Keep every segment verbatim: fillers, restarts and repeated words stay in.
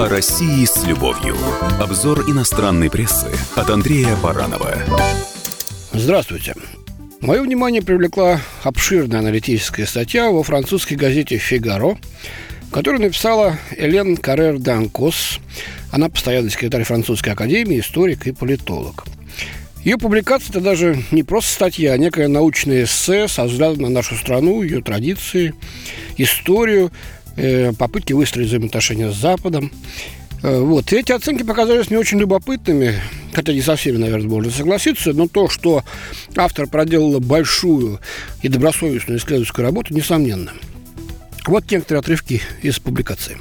О России с любовью. Обзор иностранной прессы от Андрея Баранова. Здравствуйте. Мое внимание привлекла обширная аналитическая статья во французской газете «Фигаро», которую написала Элен Каррер-Данкос. Она постоянный секретарь французской академии, историк и политолог. Ее публикация – это даже не просто статья, а некое научное эссе со взглядом на нашу страну, ее традиции, историю, э, попытки выстроить взаимоотношения с Западом. Э, вот. И эти оценки показались мне очень любопытными, хотя не со всеми, наверное, можно согласиться, но то, что автор проделала большую и добросовестную исследовательскую работу, несомненно. Вот некоторые отрывки из публикации.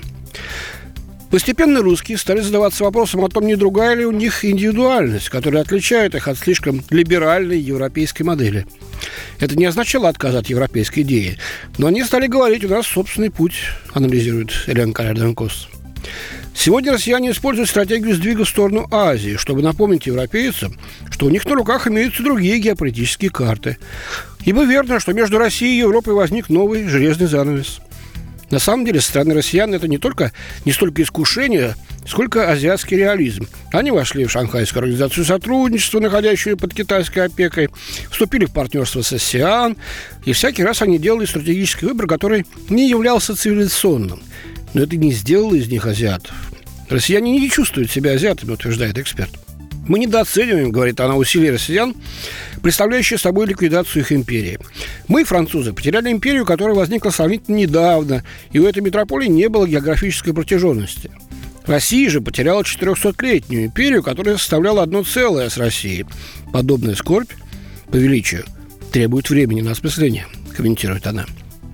Постепенно русские стали задаваться вопросом о том, не другая ли у них индивидуальность, которая отличает их от слишком либеральной европейской модели. Это не означало отказ от европейской идеи, но они стали говорить: у нас собственный путь, анализирует Элен Каррер-Данкос. Сегодня россияне используют стратегию сдвига в сторону Азии, чтобы напомнить европейцам, что у них на руках имеются другие геополитические карты. Ибо верно, что между Россией и Европой возник новый железный занавес. На самом деле, со стороны россиян это не только не столько искушение, сколько азиатский реализм. Они вошли в Шанхайскую организацию сотрудничества, находящую под китайской опекой, вступили в партнерство с АСЕАН, и всякий раз они делали стратегический выбор, который не являлся цивилизационным. Но это не сделало из них азиатов. Россияне не чувствуют себя азиатами, утверждает эксперт. Мы недооцениваем, говорит она, усилия россиян, представляющие собой ликвидацию их империи. Мы, французы, потеряли империю, которая возникла сравнительно недавно, и у этой метрополии не было географической протяженности. Россия же потеряла четырехсотлетнюю империю, которая составляла одно целое с Россией. Подобная скорбь по величию требует времени на осмысление, комментирует она.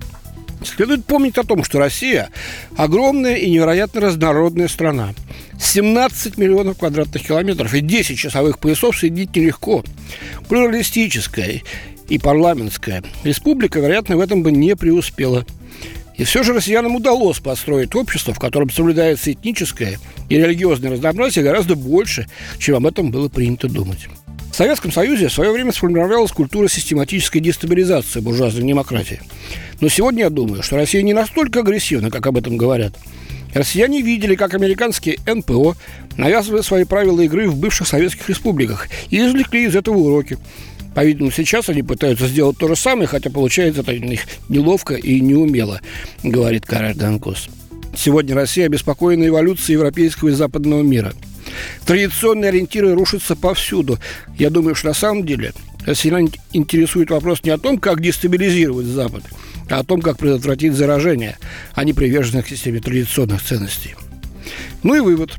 Следует помнить о том, что Россия – огромная и невероятно разнородная страна. семнадцать миллионов квадратных километров и десять часовых поясов соединить нелегко. Плюралистическая и парламентская республика, вероятно, в этом бы не преуспела. И все же россиянам удалось построить общество, в котором соблюдается этническое и религиозное разнообразие гораздо больше, чем об этом было принято думать. В Советском Союзе в свое время сформировалась культура систематической дестабилизации буржуазной демократии. Но сегодня я думаю, что Россия не настолько агрессивна, как об этом говорят. Россияне видели, как американские эн пэ о навязывали свои правила игры в бывших советских республиках и извлекли из этого уроки. По-видимому, сейчас они пытаются сделать то же самое, хотя получается это у них неловко и неумело, говорит Каррер-Данкос. Сегодня Россия обеспокоена эволюцией европейского и западного мира. Традиционные ориентиры рушатся повсюду. Я думаю, что на самом деле россиян интересует вопрос не о том, как дестабилизировать Запад, а о том, как предотвратить заражение, а не приверженных к системе традиционных ценностей. Ну и вывод.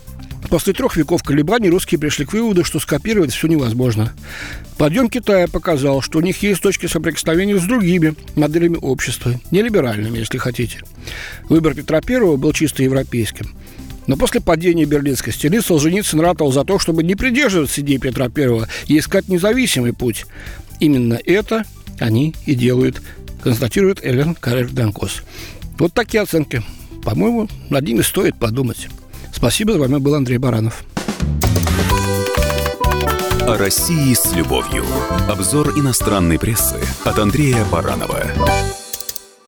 После трех веков колебаний русские пришли к выводу, что скопировать все невозможно. Подъем Китая показал, что у них есть точки соприкосновения с другими моделями общества, нелиберальными, если хотите. Выбор Петра Первого был чисто европейским. Но после падения Берлинской стены Солженицын ратовал за то, чтобы не придерживаться идей Петра Первого и искать независимый путь. Именно это они и делают, констатирует Элен Каррер-Данкос. Вот такие оценки. По-моему, над ними стоит подумать. Спасибо, с вами был Андрей Баранов. О России с любовью. Обзор иностранной прессы от Андрея Баранова.